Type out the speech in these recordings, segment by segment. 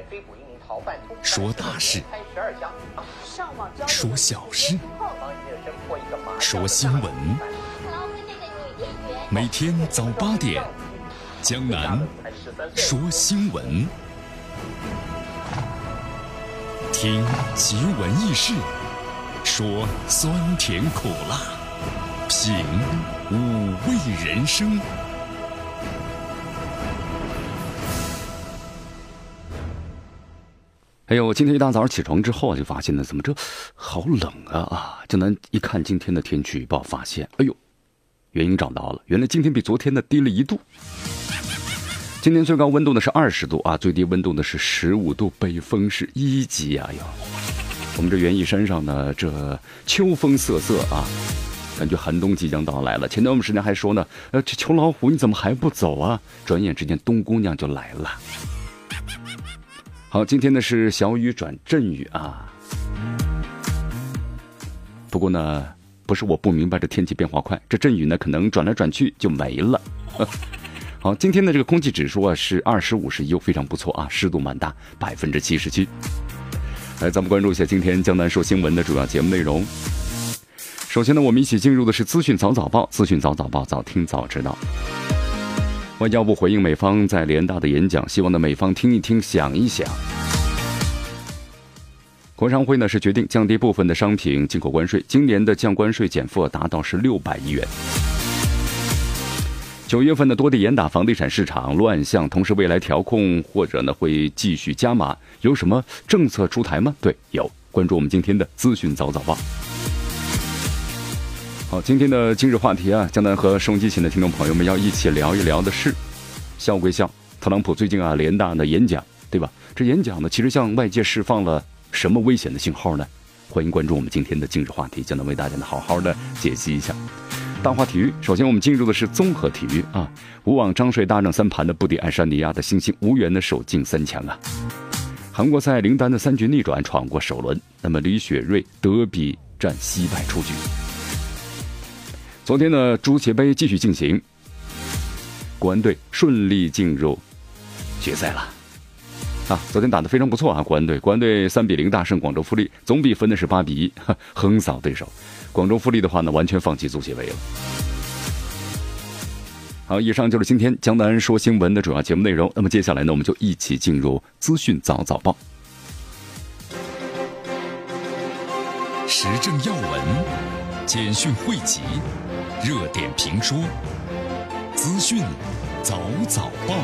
说大事，说小事，说新闻。每天早8点，江南说新闻，听奇闻异事，说酸甜苦辣，品五味人生。哎呦，今天一大早起床之后就发现呢，怎么这好冷啊！江南一看今天的天气预报，发现，哎呦，原因找到了，原来今天比昨天呢低了1度。今天最高温度呢是20度啊，最低温度呢是15度，北风是1级啊哟。我们这园艺山上呢，这秋风瑟瑟啊，感觉寒冬即将到来了。前段我们时间还说呢，这秋老虎你怎么还不走啊？转眼之间冬姑娘就来了。好，今天呢是小雨转阵雨啊。不过呢，不是我不明白这天气变化快，这阵雨呢可能转来转去就没了。好，今天的这个空气指数啊是20/51，非常不错啊，湿度蛮大，77%。来，咱们关注一下今天江南说新闻的主要节目内容。首先呢，我们一起进入的是资讯早早报，资讯早早报，早听早知道。外交部回应美方在联大的演讲，希望呢美方听一听想一想。国商会呢是决定降低部分的商品进口关税，今年的降关税减负额达到是600亿元。9月份的多地严打房地产市场乱象，同时未来调控或者呢会继续加码，有什么政策出台吗？对，有，关注我们今天的资讯早早报。好，今天的今日话题啊，江南和收音机前的听众朋友们要一起聊一聊的是，笑归笑，特朗普最近啊联大的演讲，对吧？这演讲呢，其实向外界释放了什么危险的信号呢？欢迎关注我们今天的今日话题，江南为大家呢好好的解析一下。大话体育，首先我们进入的是综合体育啊，无网张帅大战3盘的不敌爱沙尼亚的新星无缘的首进3强啊。韩国赛林丹的3局逆转闯过首轮，那么李雪芮德比战惜败出局。昨天呢，足协杯继续进行，国安队顺利进入决赛了。啊，昨天打得非常不错啊，国安队3-0大胜广州富力，总比分的是8-1，横扫对手。广州富力的话呢，完全放弃足协杯了。好，以上就是今天江南说新闻的主要节目内容。那么接下来呢，我们就一起进入资讯早早报。时政要闻、简讯汇集、热点评说，资讯早早报。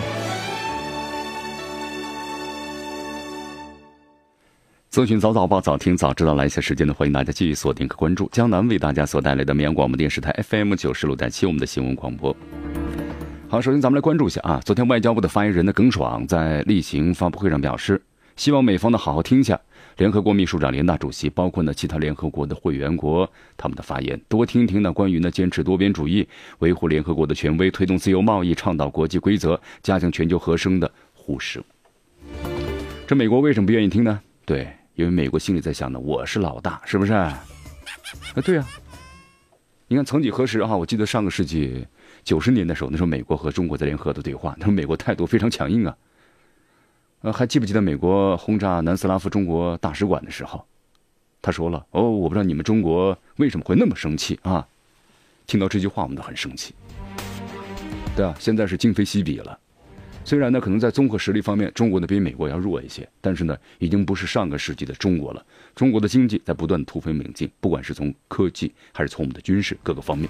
资讯早早报，早听早知道。来一些时间呢，欢迎大家继续锁定和关注江南为大家所带来的绵阳广播电视台 FM 96.7我们的新闻广播。好，首先咱们来关注一下啊，昨天外交部的发言人的耿爽在例行发布会上表示，希望美方呢好好听一下联合国秘书长联大主席，包括呢其他联合国的会员国他们的发言，多听听呢关于呢坚持多边主义、维护联合国的权威、推动自由贸易、倡导国际规则、加强全球和声的互视。这美国为什么不愿意听呢？对，因为美国心里在想呢，我是老大，是不是？对啊，你看曾几何时啊，我记得上个世纪90年的时候，那时候美国和中国在联合的对话，那时候美国态度非常强硬啊。还记不记得美国轰炸南斯拉夫中国大使馆的时候，他说了，我不知道你们中国为什么会那么生气啊。听到这句话我们都很生气。对啊，现在是今非昔比了。虽然呢可能在综合实力方面中国呢比美国要弱一些，但是呢已经不是上个世纪的中国了。中国的经济在不断突飞猛进，不管是从科技还是从我们的军事各个方面。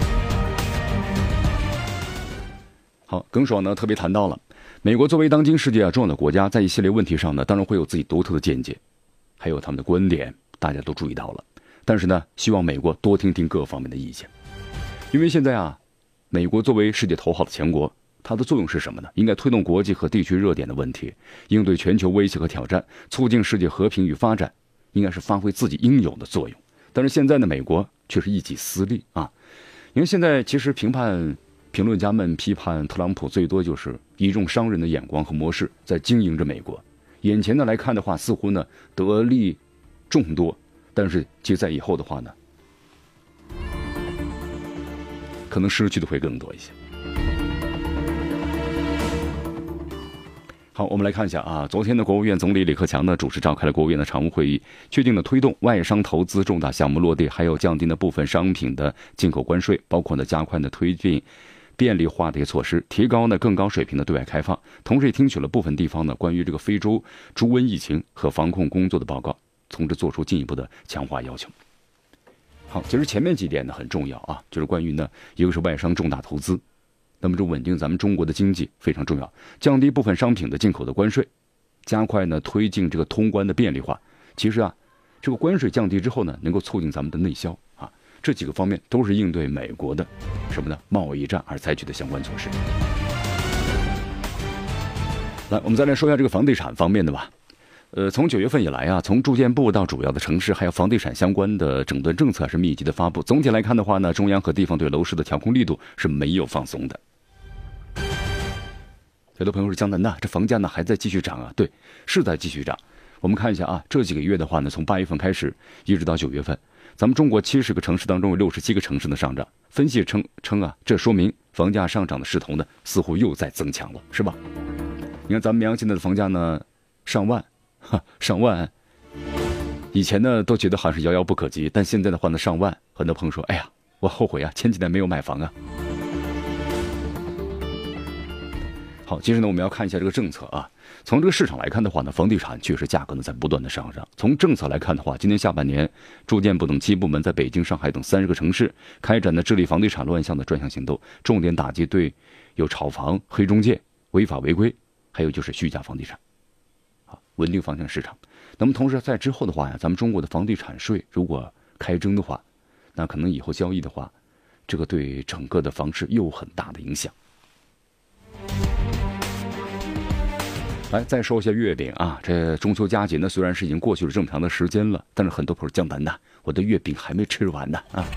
好，耿爽呢特别谈到了美国作为当今世界重要的国家，在一系列问题上呢当然会有自己独特的见解，还有他们的观点，大家都注意到了。但是呢希望美国多听听各方面的意见，因为现在啊美国作为世界头号的强国，它的作用是什么呢？应该推动国际和地区热点的问题，应对全球威胁和挑战，促进世界和平与发展，应该是发挥自己应有的作用。但是现在呢美国却是一己私利啊。因为现在其实评论家们批判特朗普最多就是以一种商人的眼光和模式在经营着美国。眼前的来看的话，似乎呢得利众多，但是其实在以后的话呢，可能失去的会更多一些。好， 好，我们来看一下啊，昨天的国务院总理李克强呢主持召开了国务院的常务会议，确定了推动外商投资重大项目落地，还有降低的部分商品的进口关税，包括呢加快的推进便利化的一些措施，提高呢更高水平的对外开放。同时也听取了部分地方呢关于这个非洲猪瘟疫情和防控工作的报告，从这做出进一步的强化要求。好，其实前面几点呢很重要啊，就是关于呢一个是外商重大投资。那么这稳定咱们中国的经济非常重要，降低部分商品的进口的关税，加快呢推进这个通关的便利化。其实啊，这个关税降低之后呢，能够促进咱们的内销啊，这几个方面都是应对美国的什么呢贸易战而采取的相关措施。来，我们再来说一下这个房地产方面的吧。从9月份以来啊，从住建部到主要的城市，还有房地产相关的整顿政策是密集的发布。总体来看的话呢，中央和地方对楼市的调控力度是没有放松的。有的朋友说江南呐，这房价呢还在继续涨啊？对，是在继续涨。我们看一下啊，这几个月的话呢，从8月份开始一直到9月份，咱们中国70个城市当中有67个城市的上涨。分析称啊，这说明房价上涨的势头呢似乎又在增强了，是吧？你看咱们绵阳现在的房价呢上万，上万。以前呢都觉得好像是遥遥不可及，但现在的话呢上万，很多朋友说，哎呀，我后悔啊，前几年没有买房啊。好，接着呢，我们要看一下这个政策啊。从这个市场来看的话呢，房地产确实价格呢在不断的上涨。从政策来看的话，今年下半年，住建部等7部门在北京、上海等30个城市开展的治理房地产乱象的专项行动，重点打击对有炒房、黑中介、违法违规，还有就是虚假房地产，啊，稳定房地产市场。那么同时在之后的话呀，咱们中国的房地产税如果开征的话，那可能以后交易的话，这个对整个的房市又有很大的影响。来，再说一下月饼啊，这中秋佳节呢，虽然是已经过去了这么长的时间了，但是很多朋友江南呐，我的月饼还没吃完呢啊。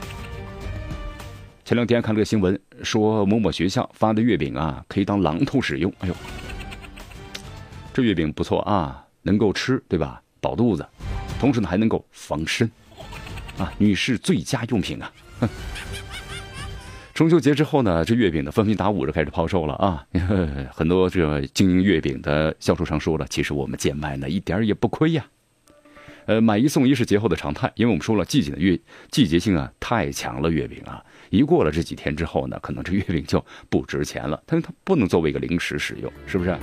前2天看这个新闻，说某某学校发的月饼啊，可以当榔头使用。哎呦，这月饼不错啊，能够吃，对吧？饱肚子，同时呢还能够防身，啊，女士最佳用品啊。中秋节之后呢，这月饼呢纷纷打5折开始抛售了啊！很多这个经营月饼的销售商说了，其实我们贱卖呢一点也不亏呀。买1送1是节后的常态，因为我们说了季节性啊太强了，月饼啊一过了这几天之后呢，可能这月饼就不值钱了，它不能作为一个零食使用，是不是？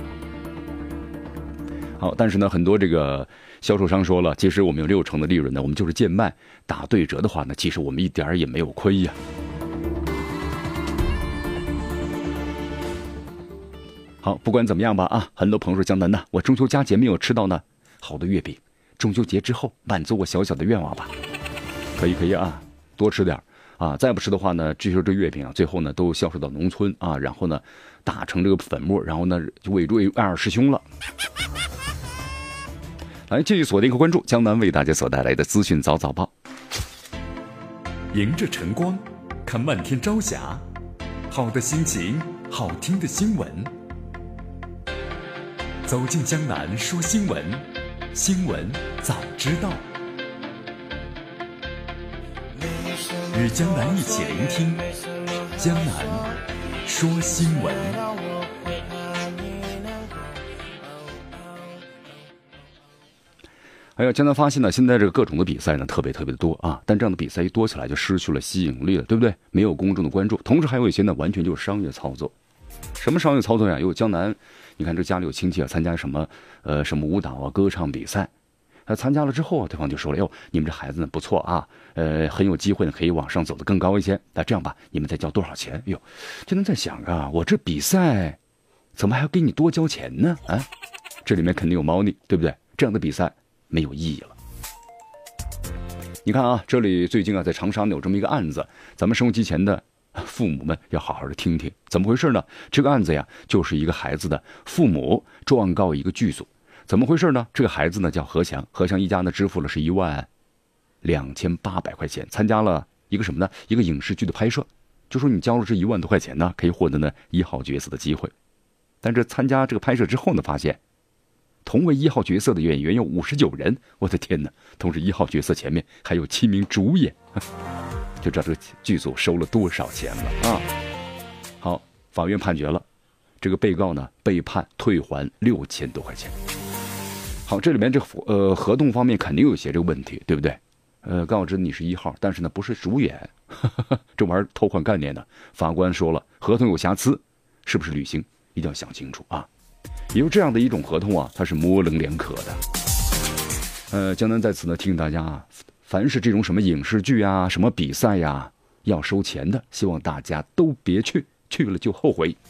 好，但是呢，很多这个销售商说了，其实我们有60%的利润呢，我们就是贱卖，打对折的话呢，其实我们一点也没有亏呀。好，不管怎么样吧啊，很多朋友说江南呐，我中秋佳节没有吃到呢好的月饼，中秋节之后满足我小小的愿望吧。可以啊，多吃点啊，再不吃的话呢，据说这月饼啊，最后呢都销售到农村啊，然后呢打成这个粉末，然后呢就喂二师兄了。来，继续锁定和关注江南为大家所带来的资讯早报。 迎着晨光，看漫天朝霞，好的心情，好听的新闻。走进江南说新闻，新闻早知道。与江南一起聆听江南说新闻。 哎呀，江南发现呢，现在这个各种的比赛呢，特别的多啊，但这样的比赛一多起来就失去了吸引力了，对不对？没有公众的关注，同时还有一些呢，完全就是商业操作。什么商业操作呀？有江南，你看这家里有亲戚啊，参加什么舞蹈啊、歌唱比赛，参加了之后啊，对方就说了，哟，你们这孩子呢不错啊，很有机会呢，可以往上走得更高一些。那这样吧，你们再交多少钱？哟，江南在想啊，我这比赛怎么还要给你多交钱呢？啊，这里面肯定有猫腻，对不对？这样的比赛没有意义了。你看啊，这里最近啊，在长沙呢有这么一个案子，咱们收音机前的父母们要好好的听听，怎么回事呢？这个案子呀，就是一个孩子的父母状告一个剧组，怎么回事呢？这个孩子呢叫何翔，何翔一家呢支付了是12800块钱，参加了一个什么呢？一个影视剧的拍摄，就说你交了这1万多块钱呢，可以获得呢1号角色的机会。但是参加这个拍摄之后呢，发现同为1号角色的演员有59人，我的天哪！同时1号角色前面还有7名主演。就知道这个剧组收了多少钱了啊！好，法院判决了， 这个被告呢被判退还6000多块钱。好，这里面这个合同方面肯定有一些这个问题，对不对？告知你是1号，但是呢不是主演，这玩意儿偷换概念呢。法官说了，合同有瑕疵，是不是履行一定要想清楚啊。也有这样的一种合同啊，它是模棱两可的。江南在此呢提醒大家啊，凡是这种什么影视剧啊、什么比赛呀，要收钱的，希望大家都别去，去了就后悔。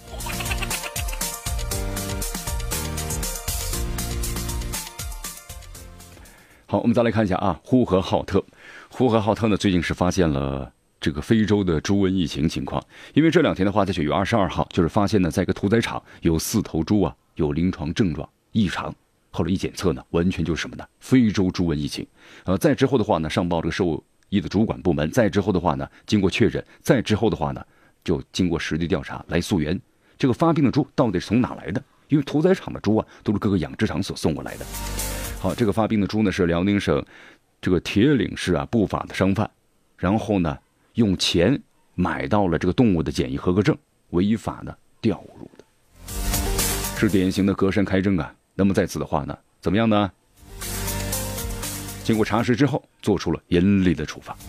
好，我们再来看一下啊，呼和浩特。呼和浩特呢，最近是发现了这个非洲的猪瘟疫情情况。因为这2天的话，在9月22号，就是发现呢，在一个屠宰场有4头猪啊有临床症状异常。后来一检测呢，完全就是什么呢？非洲猪瘟疫情。再之后的话呢，上报这个兽医的主管部门。再之后的话呢，经过确诊。再之后的话呢，就经过实地调查来溯源，这个发病的猪到底是从哪来的？因为屠宰场的猪啊，都是各个养殖场所送过来的。好，这个发病的猪呢是辽宁省这个铁岭市啊不法的商贩，然后呢用钱买到了这个动物的检疫合格证，违法的调入的，是典型的隔山开针啊。那么在此的话呢，怎么样呢？经过查实之后，做出了严厉的处罚。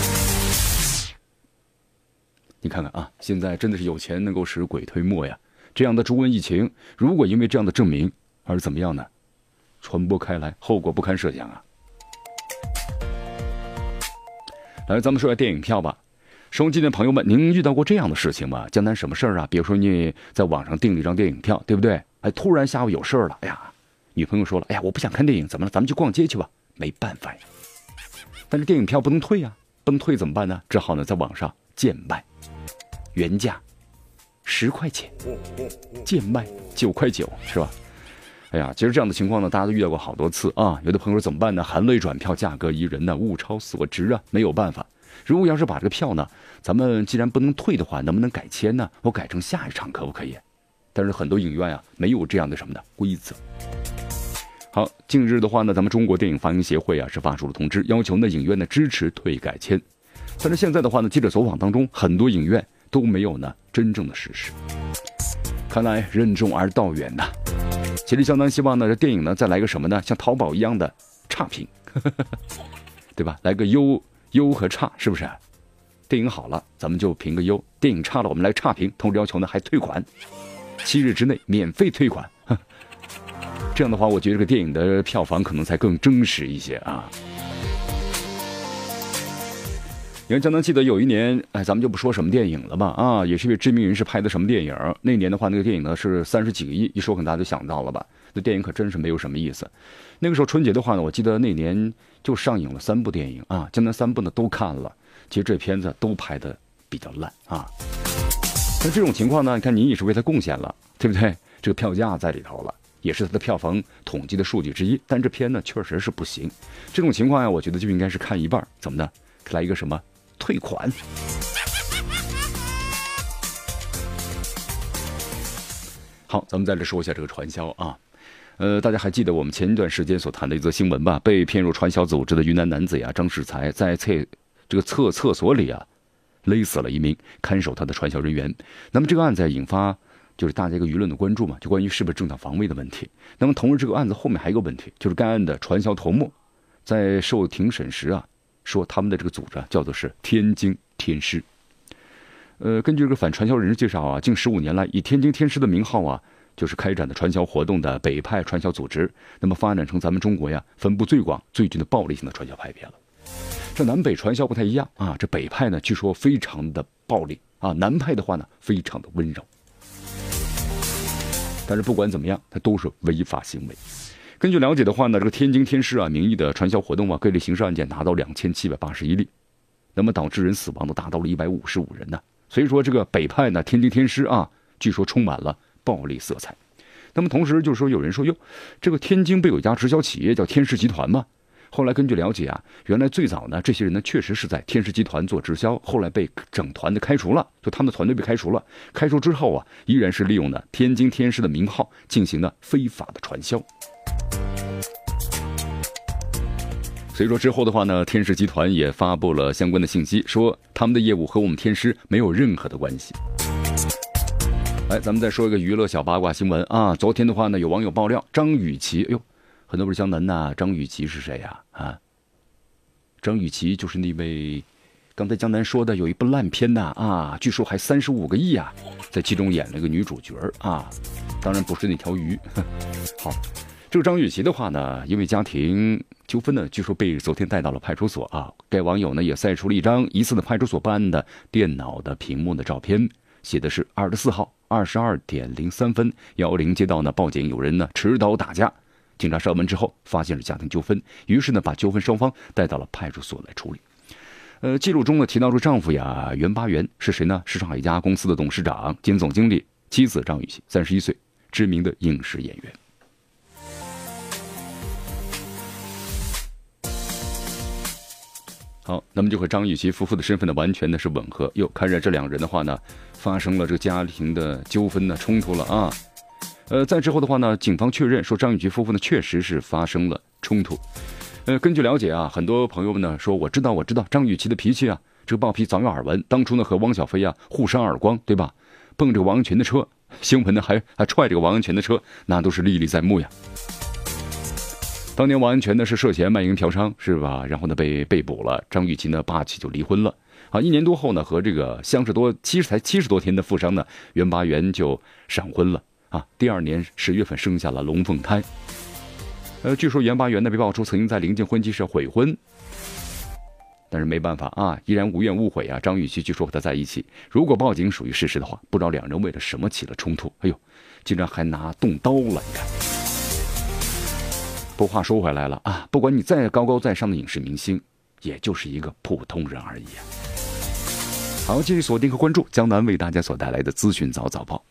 你看看啊，现在真的是有钱能够使鬼推磨呀！这样的猪瘟疫情，如果因为这样的证明而怎么样呢？传播开来，后果不堪设想啊！来，咱们说下电影票吧。收音机的朋友们，您遇到过这样的事情吗？江南什么事儿啊？比如说你在网上订了一张电影票，对不对？突然下午有事儿了，哎呀，女朋友说了，哎呀，我不想看电影，怎么了？咱们去逛街去吧。没办法呀，但是电影票不能退呀，不能退怎么办呢？只好呢在网上贱卖，原价10块钱，贱卖9块9，是吧？哎呀，其实这样的情况呢，大家都遇到过好多次啊。有的朋友说怎么办呢？含泪转票，价格宜人呢，物超所值啊，没有办法。如果要是把这个票呢，咱们既然不能退的话，能不能改签呢？我改成下一场可不可以？但是很多影院啊，没有这样的什么的规则。好，近日的话呢，咱们中国电影发行协会啊是发出了通知，要求呢影院呢支持退改签。但是现在的话呢，记者走访当中，很多影院都没有呢真正的实施。看来任重而道远呐。其实相当希望呢，这电影呢再来个什么呢？像淘宝一样的差评，对吧？来个优和差，是不是？电影好了，咱们就评个优；电影差了，我们来差评。同时要求呢还退款，7日之内免费退款。这样的话，我觉得这个电影的票房可能才更真实一些啊。因为江南记得有一年，咱们就不说什么电影了吧啊，也是一位知名人士拍的什么电影。那年的话，那个电影呢是30几个亿，一说可能大家就想到了吧。那电影可真是没有什么意思。那个时候春节的话呢，我记得那年就上映了3部电影啊，江南3部呢都看了。其实这片子都拍的比较烂啊。那这种情况呢，你看你也是为它贡献了，对不对？这个票价在里头了，也是它的票房统计的数据之一。但这片呢确实是不行。这种情况呀，我觉得就应该是看一半，怎么的？来一个什么？退款。好，咱们再来说一下这个传销啊。大家还记得我们前一段时间所谈的一则新闻吧？被骗入传销组织的云南男子呀张世才，在厕所里啊勒死了一名看守他的传销人员。那么这个案子引发就是大家一个舆论的关注嘛，就关于是不是正当防卫的问题。那么同时这个案子后面还有一个问题，就是该案的传销头目在受庭审时啊，说他们的这个组织叫做是天津天师。根据这个反传销人士介绍啊，近15年来以天津天师的名号啊，就是开展的传销活动的北派传销组织，那么发展成咱们中国呀分布最广最具的暴力性的传销派别了。这南北传销不太一样啊，这北派呢据说非常的暴力啊，南派的话呢非常的温柔。但是不管怎么样，它都是违法行为。根据了解的话呢，这个天津天师啊名义的传销活动啊，各类刑事案件达到2781例，那么导致人死亡的达到了155人呢。所以说这个北派呢天津天师啊，据说充满了暴力色彩。那么同时就是说有人说哟，这个天津不有一家直销企业叫天师集团吗？后来根据了解啊，原来最早呢这些人呢确实是在天师集团做直销，后来被整团的开除了，就他们的团队被开除了。开除之后啊，依然是利用呢天津天师的名号进行了非法的传销。所以说之后的话呢，天师集团也发布了相关的信息，说他们的业务和我们天师没有任何的关系。 咱们再说一个娱乐小八卦新闻啊。昨天的话呢，有网友爆料张雨绮，哎呦，很多不是江南呐，张雨绮是谁呀？张雨绮就是那位刚才江南说的有一部烂片呐据说还35个亿啊，在其中演了个女主角啊，当然不是那条鱼。好，这个张雨绮的话呢，因为家庭纠纷呢，据说被昨天带到了派出所啊。该网友呢也晒出了一张疑似的派出所办案的电脑的屏幕的照片，写的是24号22点03分，110接到呢报警，有人呢持刀打架。警察上门之后发现是家庭纠纷，于是呢把纠纷双方带到了派出所来处理。记录中呢提到说丈夫呀袁巴元是谁呢？是上海一家公司的董事长兼总经理，妻子张雨绮31岁，知名的影视演员。好，那么就和张雨绮夫妇的身份呢完全的是吻合。看着这两人的话呢，发生了这个家庭的纠纷呢冲突了啊。在之后的话呢，警方确认说张雨绮夫妇呢确实是发生了冲突。根据了解啊，很多朋友们呢说我知道张雨绮的脾气啊，这个暴脾早有耳闻。当初呢和汪小菲啊互扇耳光，对吧？蹦这个王安全的车，新闻呢还踹这个王安全的车，那都是历历在目呀。当年王安全呢是涉嫌卖淫嫖娼，是吧？然后呢被捕了，张雨绮呢霸气就离婚了啊。1年多后呢，和这个相识才70多天的富商呢袁巴元就闪婚了啊。第2年10月份生下了龙凤胎。据说袁巴元呢被爆出曾经在临近婚期时悔婚，但是没办法啊，依然无怨无悔啊。张雨绮据说和他在一起，如果报警属于事实的话，不知道两人为了什么起了冲突。竟然还拿动刀了，你看。不过话说回来了啊，不管你再高高在上的影视明星，也就是一个普通人而已啊。好，继续锁定和关注江南为大家所带来的资讯早报。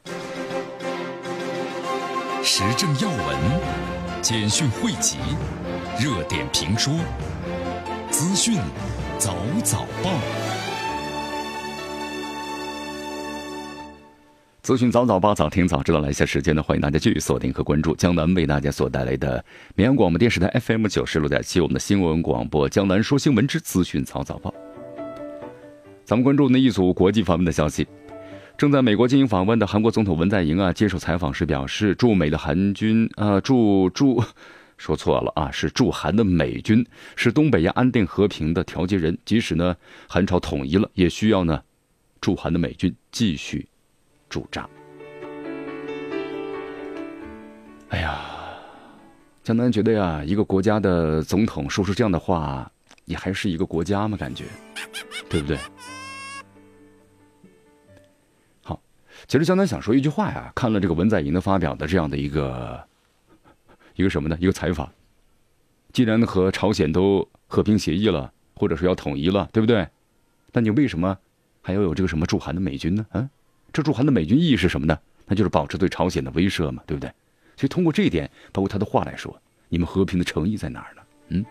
时政要闻、简讯汇集、热点评说、资讯早报。 资讯早报，早听早知道。来下时间呢，欢迎大家继续锁定和关注江南为大家所带来的绵阳广播电视台 FM 96.7，我们的新闻广播江南说新闻之资讯早报。咱们关注的一组国际方面的消息。正在美国进行访问的韩国总统文在寅接受采访时表示，驻美的韩军说错了啊，是驻韩的美军是东北亚安定和平的调节人，即使呢韩朝统一了，也需要呢驻韩的美军继续驻扎。哎呀，江南觉得呀，一个国家的总统说出这样的话，也还是一个国家吗？感觉，对不对？好，其实江南想说一句话呀，看了这个文在寅的发表的这样的一个什么呢？一个采访。既然和朝鲜都和平协议了，或者说要统一了，对不对？那你为什么还要有这个什么驻韩的美军呢？这驻韩的美军意义是什么呢？那就是保持对朝鲜的威慑嘛，对不对？所以通过这一点，包括他的话来说，你们和平的诚意在哪儿呢？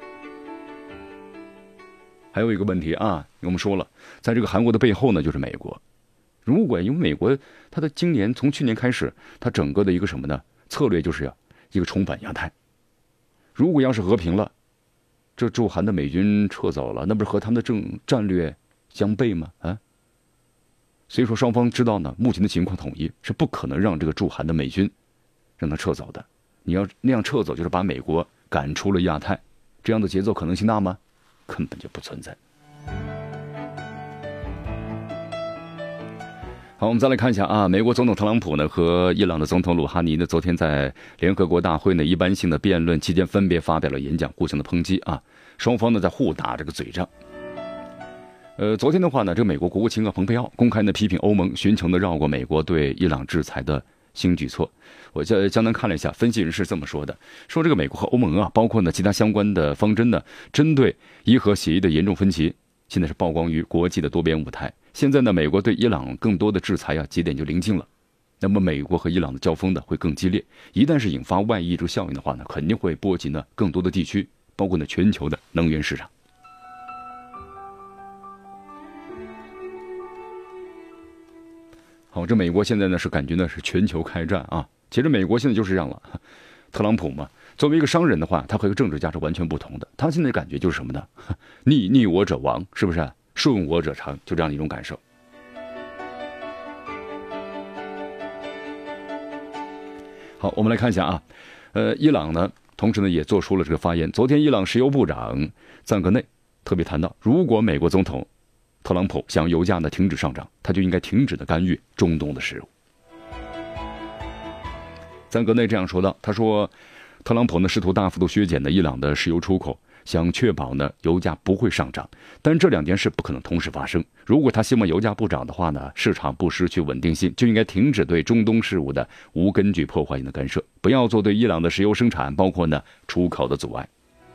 还有一个问题啊，我们说了，在这个韩国的背后呢，就是美国。如果因为美国它的今年从去年开始，它整个的一个什么呢？策略就是一个重返亚太。如果要是和平了，这驻韩的美军撤走了，那不是和他们的战略相悖吗？所以说双方知道呢，目前的情况统一是不可能让这个驻韩的美军让他撤走的。你要那样撤走，就是把美国赶出了亚太，这样的节奏可能性大吗？根本就不存在。好，我们再来看一下啊，美国总统特朗普呢和伊朗的总统鲁哈尼呢，昨天在联合国大会呢一般性的辩论期间分别发表了演讲，互相的抨击啊，双方呢在互打这个嘴仗。昨天的话呢，这个美国国务卿蓬佩奥公开呢批评欧盟寻求呢绕过美国对伊朗制裁的新举措。我江南看了一下，分析人士这么说的，说这个美国和欧盟啊，包括呢其他相关的方针呢，针对伊核协议的严重分歧，现在是曝光于国际的多边舞台。现在呢，美国对伊朗更多的制裁节点就临近了，那么美国和伊朗的交锋呢会更激烈，一旦是引发外溢这个效应的话呢，肯定会波及呢更多的地区，包括呢全球的能源市场。好，这美国现在呢是感觉呢是全球开战啊。其实美国现在就是这样了，特朗普嘛，作为一个商人的话，他和一个政治家是完全不同的。他现在感觉就是什么呢？逆我者亡，是不是？顺我者昌，就这样的一种感受。 好，我们来看一下啊，伊朗呢，同时呢也做出了这个发言。昨天，伊朗石油部长赞格内特别谈到，如果美国总统特朗普想油价呢停止上涨，他就应该停止的干预中东的石油。赞格内这样说道，他说，特朗普呢试图大幅度削减伊朗的石油出口，想确保呢油价不会上涨，但这两件事不可能同时发生。如果他希望油价不涨的话呢，市场不失去稳定性，就应该停止对中东事务的无根据破坏性的干涉，不要做对伊朗的石油生产包括呢出口的阻碍。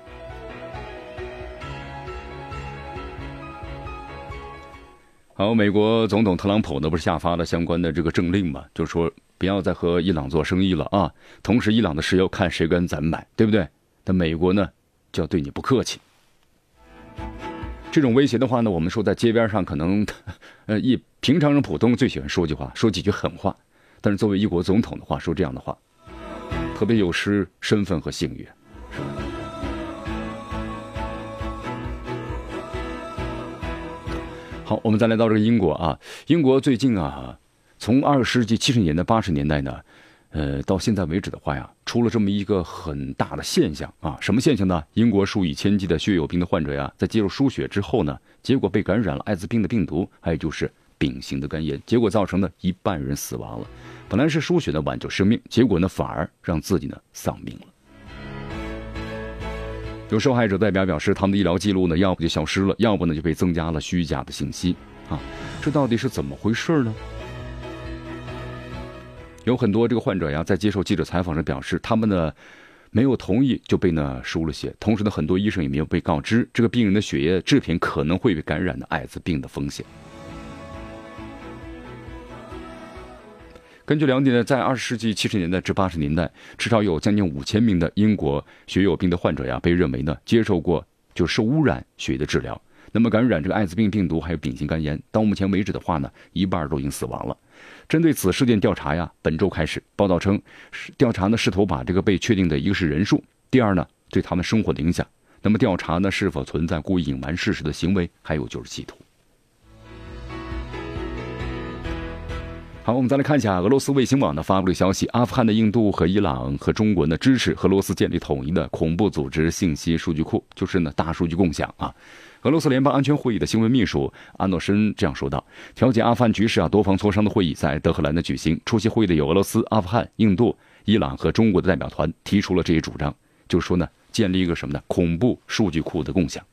好，美国总统特朗普呢不是下发了相关的这个政令嘛，就是说不要再和伊朗做生意了啊。同时，伊朗的石油看谁跟咱们买，对不对？但美国呢就要对你不客气。这种威胁的话呢，我们说在街边上可能，平常人普通最喜欢说句话，说几句狠话，但是作为一国总统的话，说这样的话，特别有失身份和信誉，是吧？好，我们再来到这个英国啊，英国最近啊，从20世纪70年代、80年代呢，到现在为止的话呀，出了这么一个很大的现象啊，什么现象呢？英国数以千计的血友病的患者呀，在接受输血之后呢，结果被感染了艾滋病的病毒，还有就是丙型的肝炎，结果造成呢1半人死亡了。本来是输血呢挽救生命，结果呢反而让自己呢丧命了。有受害者代表表示，他们的医疗记录呢，要不就消失了，要不呢就被增加了虚假的信息啊，这到底是怎么回事呢？有很多这个患者呀，在接受记者采访时表示，他们呢没有同意就被呢输了血，同时呢，很多医生也没有被告知这个病人的血液制品可能会被感染的艾滋病的风险。根据了解呢，在20世纪70年代至80年代，至少有将近5000名的英国血友病的患者呀，被认为呢接受过就受污染血液的治疗，那么感染这个艾滋病病毒还有丙型肝炎，到目前为止的话呢，1半都已经死亡了。针对此事件调查呀，本周开始，报道称，调查呢试图把这个被确定的一个是人数，第二呢对他们生活的影响，那么调查呢是否存在故意隐瞒事实的行为，还有就是企图。好，我们再来看一下俄罗斯卫星网呢发布的消息，阿富汗的印度和伊朗和中国呢支持俄罗斯建立统一的恐怖组织信息数据库，就是呢大数据共享啊。俄罗斯联邦安全会议的新闻秘书安诺申这样说道，调解阿富汗局势啊多方磋商的会议在德黑兰的举行，出席会议的有俄罗斯、阿富汗、印度、伊朗和中国的代表团，提出了这一主张，就是说呢建立一个什么呢恐怖数据库的共享。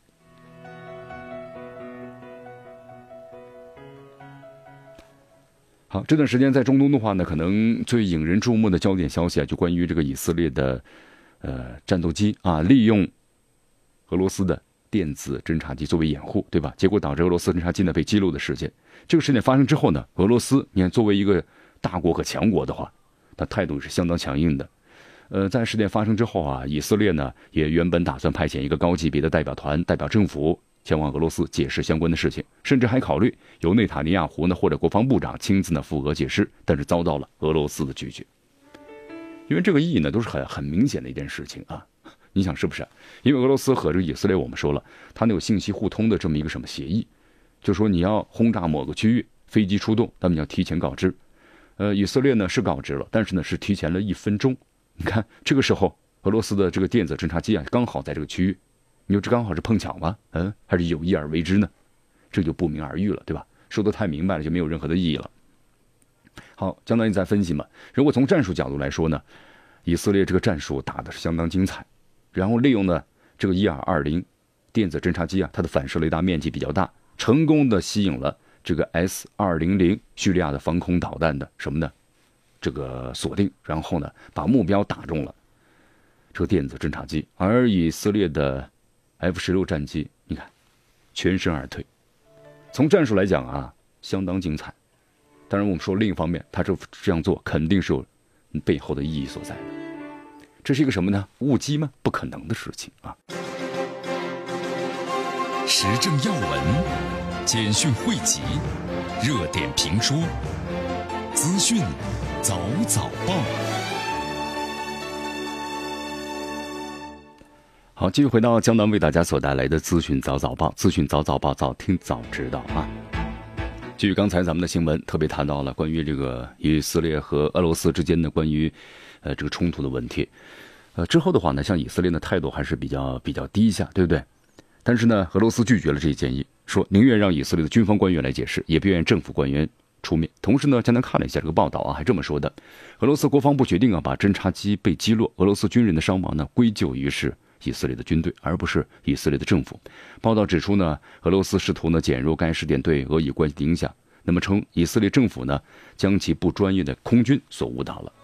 好，这段时间在中东的话呢，可能最引人注目的焦点消息啊，就关于这个以色列的战斗机啊，利用俄罗斯的电子侦察机作为掩护，对吧？结果导致俄罗斯侦察机呢被击落的事件。这个事件发生之后呢，俄罗斯你看作为一个大国和强国的话，它态度是相当强硬的。在事件发生之后啊，以色列呢也原本打算派遣一个高级别的代表团代表政府前往俄罗斯解释相关的事情，甚至还考虑由内塔尼亚胡呢或者国防部长亲自呢赴俄解释，但是遭到了俄罗斯的拒绝。因为这个意义呢都是很明显的一件事情啊，你想是不是？因为俄罗斯和这个以色列我们说了，它有信息互通的这么一个什么协议，就说你要轰炸某个区域，飞机出动，他们要提前告知。以色列呢是告知了，但是呢是提前了1分钟。你看这个时候俄罗斯的这个电子侦察机啊刚好在这个区域，你说这刚好是碰巧吗？还是有意而为之呢？这就不明而喻了，对吧？说得太明白了就没有任何的意义了。好，江南也在分析嘛，如果从战术角度来说呢，以色列这个战术打的是相当精彩，然后利用呢这个1220电子侦察机啊，它的反射雷达面积比较大，成功的吸引了这个 S-200叙利亚的防空导弹的什么呢？这个锁定，然后呢把目标打中了这个电子侦察机，而以色列的 F-16战机你看全身而退。从战术来讲啊相当精彩，当然我们说另一方面他这样做肯定是有背后的意义所在的。这是一个什么呢？误击吗？不可能的事情啊。 时政要闻、简讯汇集、热点评说、资讯早早报。 好，继续回到江南为大家所带来的资讯早早报，资讯早早报，早听早知道啊。 基于刚才咱们的新闻特别谈到了关于这个以色列和俄罗斯之间的关于这个冲突的问题，之后的话呢，像以色列的态度还是比较低下，对不对？但是呢，俄罗斯拒绝了这一建议，说宁愿让以色列的军方官员来解释，也不愿政府官员出面。同时呢，江南看了一下这个报道啊，还这么说的：俄罗斯国防部决定把侦察机被击落，俄罗斯军人的伤亡呢归咎于是以色列的军队，而不是以色列的政府。报道指出呢，俄罗斯试图减弱该事件对俄以关系的影响，那么称以色列政府呢将其不专业的空军所误导了。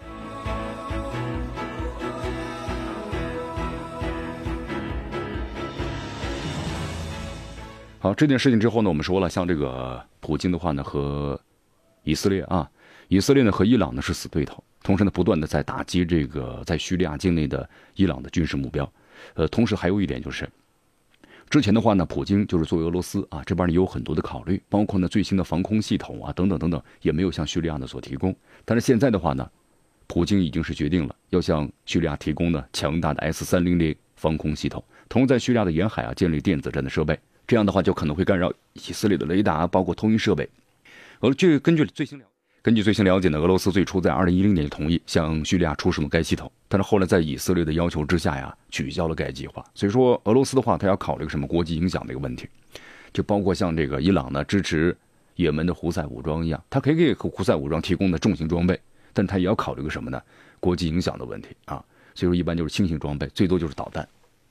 好，这件事情之后呢，我们说了，像这个普京的话呢和以色列呢和伊朗呢是死对头，同时呢不断的在打击这个在叙利亚境内的伊朗的军事目标。同时还有一点就是，之前的话呢，普京就是作为俄罗斯这边呢有很多的考虑，包括呢最新的防空系统等等，也没有向叙利亚呢所提供。但是现在的话呢，普京已经是决定了要向叙利亚提供呢强大的 S-300防空系统，同时在叙利亚的沿海建立电子战的设备，这样的话就可能会干扰以色列的雷达，包括通讯设备。根据最新了解呢，俄罗斯最初在2010年就同意向叙利亚出售该系统，但是后来在以色列的要求之下取消了该计划。所以说俄罗斯的话，他要考虑什么国际影响的一个问题，就包括像这个伊朗呢支持也门的胡塞武装一样，他可以给胡塞武装提供的重型装备，但他也要考虑个什么呢？国际影响的问题所以说一般就是轻型装备，最多就是导弹。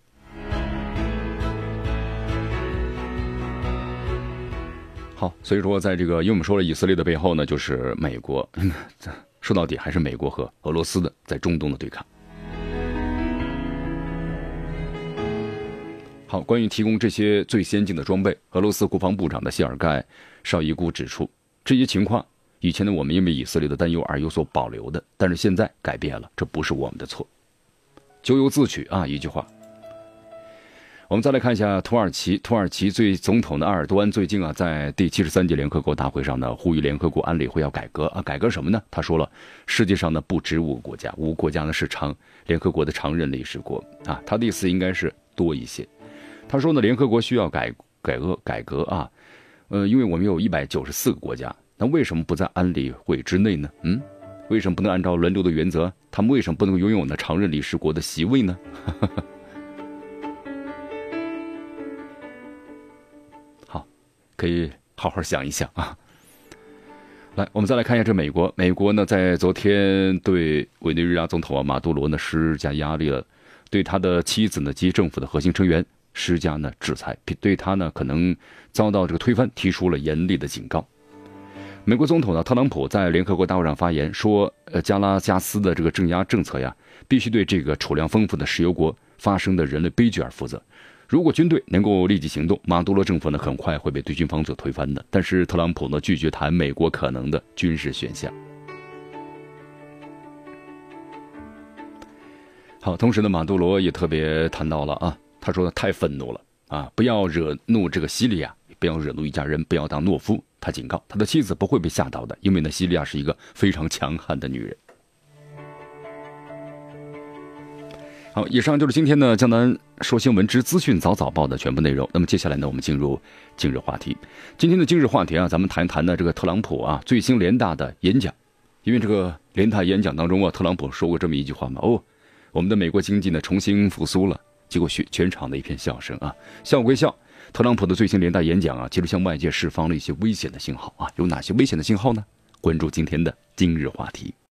好，所以说在这个，因为我们说了以色列的背后呢，就是美国，说到底还是美国和俄罗斯的在中东的对抗。好，关于提供这些最先进的装备，俄罗斯国防部长的谢尔盖绍伊古指出，这些情况以前呢我们因为以色列的担忧而有所保留的，但是现在改变了，这不是我们的错。咎由自取一句话。我们再来看一下土耳其总统的埃尔多安最近在第73届联合国大会上呢，呼吁联合国安理会要改革改革什么呢？他说了，世界上呢不止5个国家，5个国家呢是联合国的常任理事国他的意思应该是多一些。他说呢，联合国需要改革因为我们有194个国家，那为什么不在安理会之内呢？为什么不能按照轮流的原则？他们为什么不能拥有呢常任理事国的席位呢？可以好好想一想来，我们再来看一下这美国呢，在昨天对委内瑞拉总统马杜罗呢施加压力了，对他的妻子呢及政府的核心成员施加呢制裁，对他呢可能遭到这个推翻提出了严厉的警告。美国总统呢特朗普在联合国大会上发言说，加拉加斯的这个镇压政策必须对这个储量丰富的石油国发生的人类悲剧而负责。如果军队能够立即行动，马杜罗政府呢很快会被对军方所推翻的。但是特朗普呢拒绝谈美国可能的军事选项。好，同时呢马杜罗也特别谈到了他说太愤怒了不要惹怒这个西利亚，不要惹怒一家人，不要当懦夫。他警告他的妻子不会被吓倒的，因为呢西利亚是一个非常强悍的女人。好，以上就是今天呢江南说新闻之资讯早报的全部内容。那么接下来呢，我们进入今日话题。今天的今日话题咱们谈一谈呢这个特朗普最新联大的演讲。因为这个联大演讲当中特朗普说过这么一句话嘛，我们的美国经济呢重新复苏了。结果全场的一片笑声笑归笑，特朗普的最新联大演讲其实向外界释放了一些危险的信号有哪些危险的信号呢？关注今天的今日话题。